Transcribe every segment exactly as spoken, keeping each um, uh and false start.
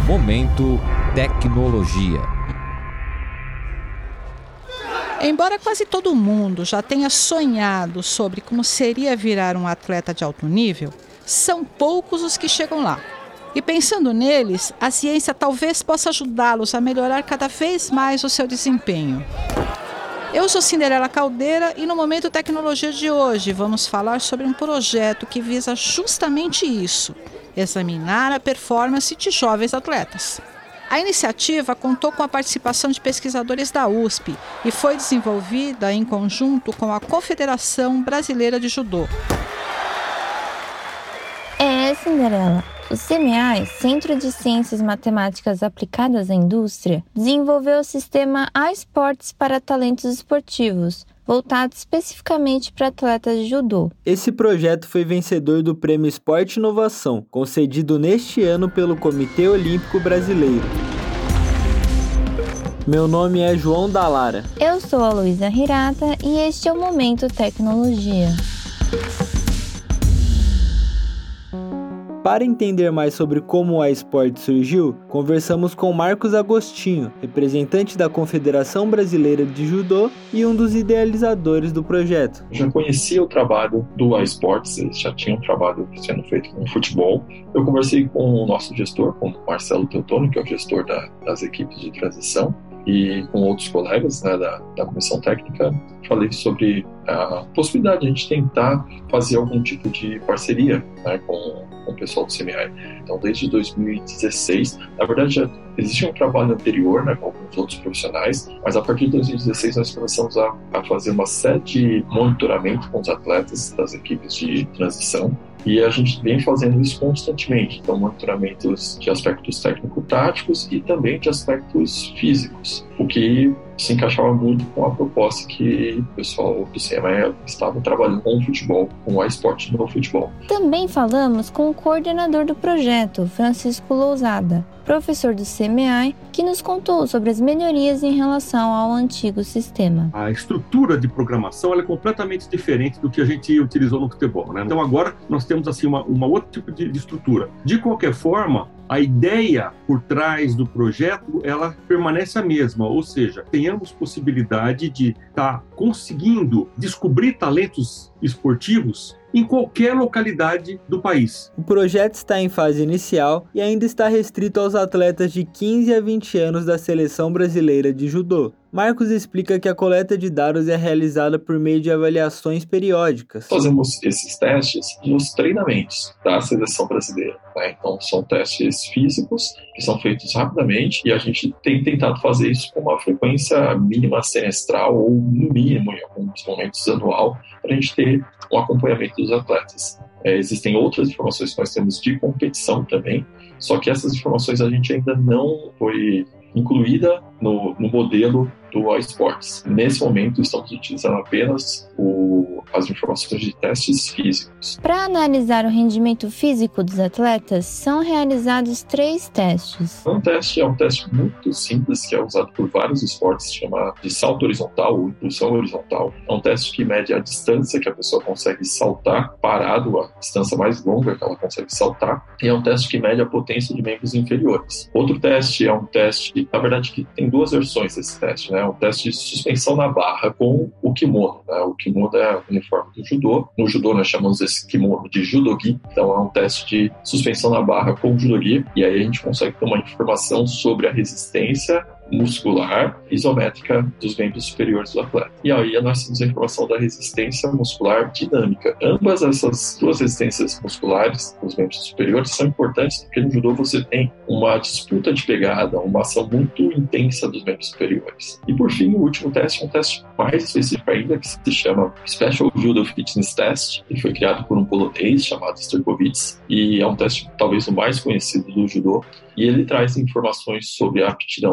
Momento Tecnologia. Embora quase todo mundo já tenha sonhado sobre como seria virar um atleta de alto nível, são poucos os que chegam lá. E pensando neles, a ciência talvez possa ajudá-los a melhorar cada vez mais o seu desempenho. Eu sou Cinderela Caldeira e no Momento Tecnologia de hoje vamos falar sobre um projeto que visa justamente isso: examinar a performance de jovens atletas. A iniciativa contou com a participação de pesquisadores da U S P e foi desenvolvida em conjunto com a Confederação Brasileira de Judô. É, Cinderela. O C M A, Centro de Ciências Matemáticas Aplicadas à Indústria, desenvolveu o sistema iSports para talentos esportivos, voltado especificamente para atletas de judô. Esse projeto foi vencedor do Prêmio Esporte e Inovação, concedido neste ano pelo Comitê Olímpico Brasileiro. Meu nome é João Dallara. Eu sou a Luísa Hirata e este é o Momento Tecnologia. Para entender mais sobre como o iSport surgiu, conversamos com Marcos Agostinho, representante da Confederação Brasileira de Judô e um dos idealizadores do projeto. Eu já conhecia o trabalho do iSports, eles já tinham um trabalho sendo feito com futebol. Eu conversei com o nosso gestor, com o Marcelo Teutônio, que é o gestor da, das equipes de transição, e com outros colegas, né, da, da comissão técnica. Falei sobre a possibilidade de a gente tentar fazer algum tipo de parceria, né, com, com o pessoal do C M I. Então, desde dois mil e dezesseis, na verdade, já existia um trabalho anterior, né, com alguns outros profissionais, mas a partir de dois mil e dezesseis nós começamos a, a fazer uma série de monitoramento com os atletas das equipes de transição. E a gente vem fazendo isso constantemente, então monitoramentos de aspectos técnico-táticos e também de aspectos físicos, o que se encaixava muito com a proposta que o pessoal do C M I estava trabalhando com o futebol, com o iSport no futebol. Também falamos com o coordenador do projeto, Francisco Lousada, professor do C M I, que nos contou sobre as melhorias em relação ao antigo sistema. A estrutura de programação ela é completamente diferente do que a gente utilizou no futebol, né? Então agora nós temos assim, uma, uma outro tipo de, de estrutura. De qualquer forma, a ideia por trás do projeto, ela permanece a mesma, ou seja, tenhamos possibilidade de estar tá conseguindo descobrir talentos esportivos em qualquer localidade do país. O projeto está em fase inicial e ainda está restrito aos atletas de quinze a vinte anos da Seleção Brasileira de Judô. Marcos explica que a coleta de dados é realizada por meio de avaliações periódicas. Fazemos esses testes nos treinamentos da Seleção Brasileira, né? Então são testes físicos que são feitos rapidamente e a gente tem tentado fazer isso com uma frequência mínima semestral ou no mínimo em alguns momentos anual, para a gente ter um acompanhamento dos atletas. É, existem outras informações que nós temos de competição também, só que essas informações a gente ainda não foi incluída no, no modelo do iSports. Nesse momento, estamos utilizando apenas o, as informações de testes físicos. Para analisar o rendimento físico dos atletas, são realizados três testes. Um teste é um teste muito simples, que é usado por vários esportes, chama de salto horizontal ou impulsão horizontal. É um teste que mede a distância que a pessoa consegue saltar parado, a distância mais longa que ela consegue saltar, e é um teste que mede a potência de membros inferiores. Outro teste é um teste, na verdade, que tem duas versões desse teste, né? É um teste de suspensão na barra com o kimono, né? O kimono é o uniforme do judô. No judô nós chamamos esse kimono de judogi, então é um teste de suspensão na barra com o judogi, e aí a gente consegue ter uma informação sobre a resistência muscular isométrica dos membros superiores do atleta. E aí nós temos a informação da resistência muscular dinâmica. Ambas essas duas resistências musculares dos membros superiores são importantes porque no judô você tem uma disputa de pegada, uma ação muito intensa dos membros superiores. E por fim, o último teste é um teste mais específico ainda, que se chama Special Judo Fitness Test, que foi criado por um polonês chamado Sterkowicz, e é um teste talvez o mais conhecido do judô, e ele traz informações sobre a aptidão aeróbica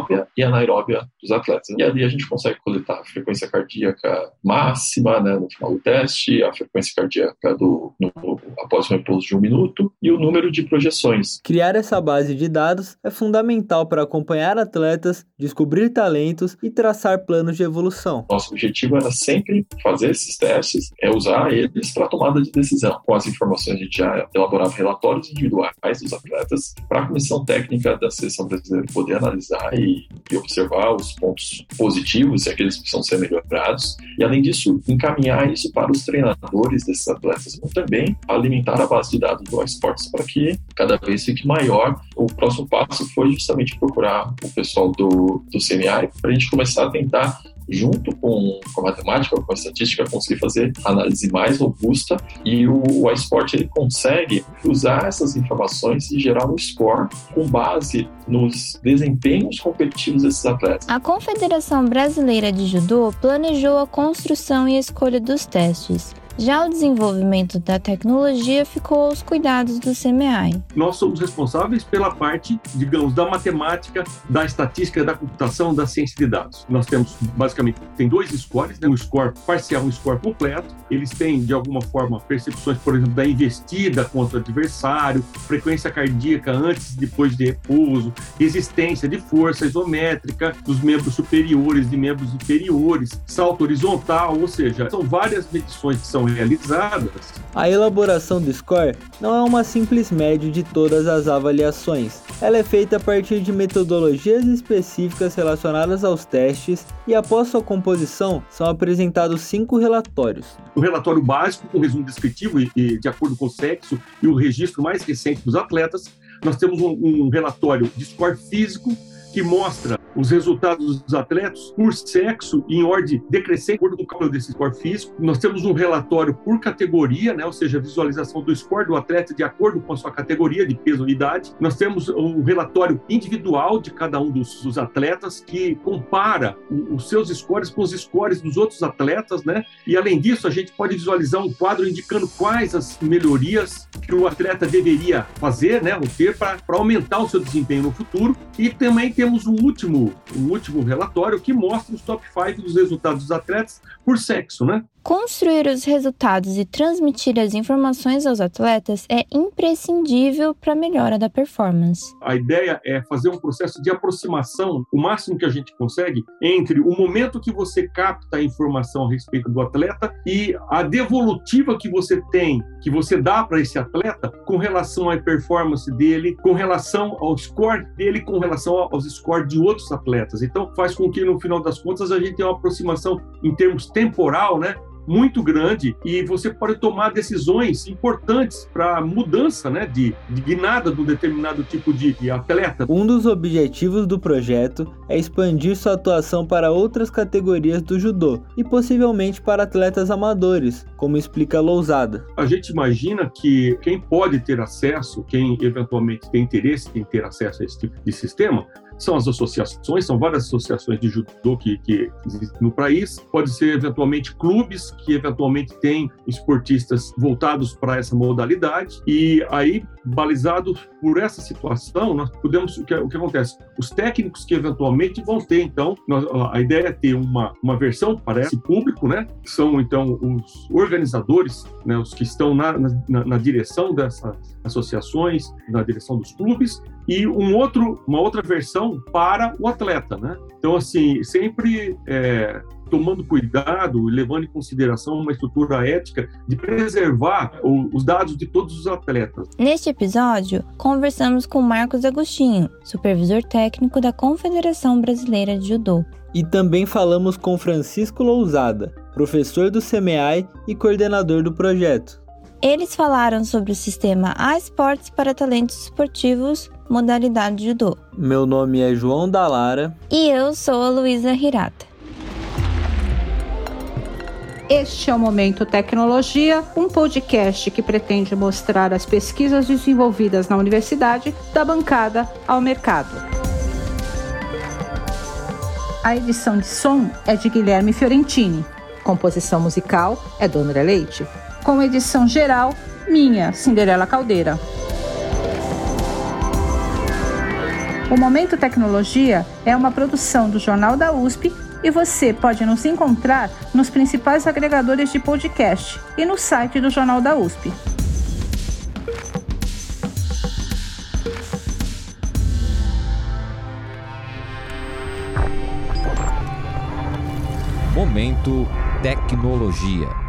aeróbia e anaeróbia dos atletas. E ali a gente consegue coletar a frequência cardíaca máxima, né, no final do teste, a frequência cardíaca do, no, após o repouso de um minuto e o número de projeções. Criar essa base de dados é fundamental para acompanhar atletas, descobrir talentos e traçar planos de evolução. Nosso objetivo era sempre fazer esses testes, é usar eles para tomada de decisão. Com as informações, a gente já elaborava relatórios individuais dos atletas para a comissão técnica da seleção brasileira poder analisar e, e observar os pontos positivos e aqueles que precisam ser melhorados. E, além disso, encaminhar isso para os treinadores desses atletas, mas também alimentar a base de dados do iSports para que cada vez fique maior. O próximo passo foi justamente procurar o pessoal do, do C M I para a gente começar a tentar, junto com, com a matemática, com a estatística, conseguir fazer análise mais robusta, e o, o iSport ele consegue usar essas informações e gerar um score com base nos desempenhos competitivos desses atletas. A Confederação Brasileira de Judô planejou a construção e a escolha dos testes. Já o desenvolvimento da tecnologia ficou aos cuidados do C M I. Nós somos responsáveis pela parte, digamos, da matemática, da estatística, da computação, da ciência de dados. Nós temos, basicamente, tem dois scores, né? Um score parcial e um score completo. Eles têm, de alguma forma, percepções, por exemplo, da investida contra o adversário, frequência cardíaca antes e depois de repouso, resistência de força isométrica dos membros superiores e membros inferiores, salto horizontal, ou seja, são várias medições que são realizadas. A elaboração do score não é uma simples média de todas as avaliações. Ela é feita a partir de metodologias específicas relacionadas aos testes e, após sua composição, são apresentados cinco relatórios. O relatório básico, com resumo descritivo e, e de acordo com o sexo e o registro mais recente dos atletas. Nós temos um, um relatório de score físico que mostra os resultados dos atletas por sexo em ordem decrescente, de acordo com o cálculo desse score físico. Nós temos um relatório por categoria, né, ou seja, a visualização do score do atleta de acordo com a sua categoria de peso e idade. Nós temos um relatório individual de cada um dos, dos atletas que compara o, os seus scores com os scores dos outros atletas, né? E, além disso, a gente pode visualizar um quadro indicando quais as melhorias que o atleta deveria fazer, né, ou ter para aumentar o seu desempenho no futuro. E também temos um último um último relatório que mostra os top cinco dos resultados dos atletas por sexo, né? Construir os resultados e transmitir as informações aos atletas é imprescindível para a melhora da performance. A ideia é fazer um processo de aproximação, o máximo que a gente consegue, entre o momento que você capta a informação a respeito do atleta e a devolutiva que você tem, que você dá para esse atleta com relação à performance dele, com relação ao score dele, com relação aos scores de outros atletas. Então, faz com que, no final das contas, a gente tenha uma aproximação em termos temporal, né, muito grande, e você pode tomar decisões importantes para mudança, né, de, de guinada de um determinado tipo de, de atleta. Um dos objetivos do projeto é expandir sua atuação para outras categorias do judô e possivelmente para atletas amadores, como explica Lousada. A gente imagina que quem pode ter acesso, quem eventualmente tem interesse em ter acesso a esse tipo de sistema, são as associações, são várias associações de judô que, que existem no país. Pode ser, eventualmente, clubes que, eventualmente, têm esportistas voltados para essa modalidade. E aí, balizados por essa situação, nós podemos... O que, o que acontece? Os técnicos que, eventualmente, vão ter, então... Nós, a ideia é ter uma, uma versão para esse público, né? Que são, então, os organizadores, né? Os que estão na, na, na direção dessas associações, na direção dos clubes, e um outro, uma outra versão para o atleta, né? Então, assim, sempre é, tomando cuidado e levando em consideração uma estrutura ética de preservar o, os dados de todos os atletas. Neste episódio, conversamos com Marcos Agostinho, supervisor técnico da Confederação Brasileira de Judô. E também falamos com Francisco Lousada, professor do C M I e coordenador do projeto. Eles falaram sobre o sistema iSports para talentos esportivos, modalidade judô. Meu nome é João Dallara. E eu sou a Luísa Hirata. Este é o Momento Tecnologia, um podcast que pretende mostrar as pesquisas desenvolvidas na universidade, da bancada ao mercado. A edição de som é de Guilherme Fiorentini. Composição musical é do André Leite. Com edição geral, minha, Cinderela Caldeira. O Momento Tecnologia é uma produção do Jornal da U S P e você pode nos encontrar nos principais agregadores de podcast e no site do Jornal da U S P. Momento Tecnologia.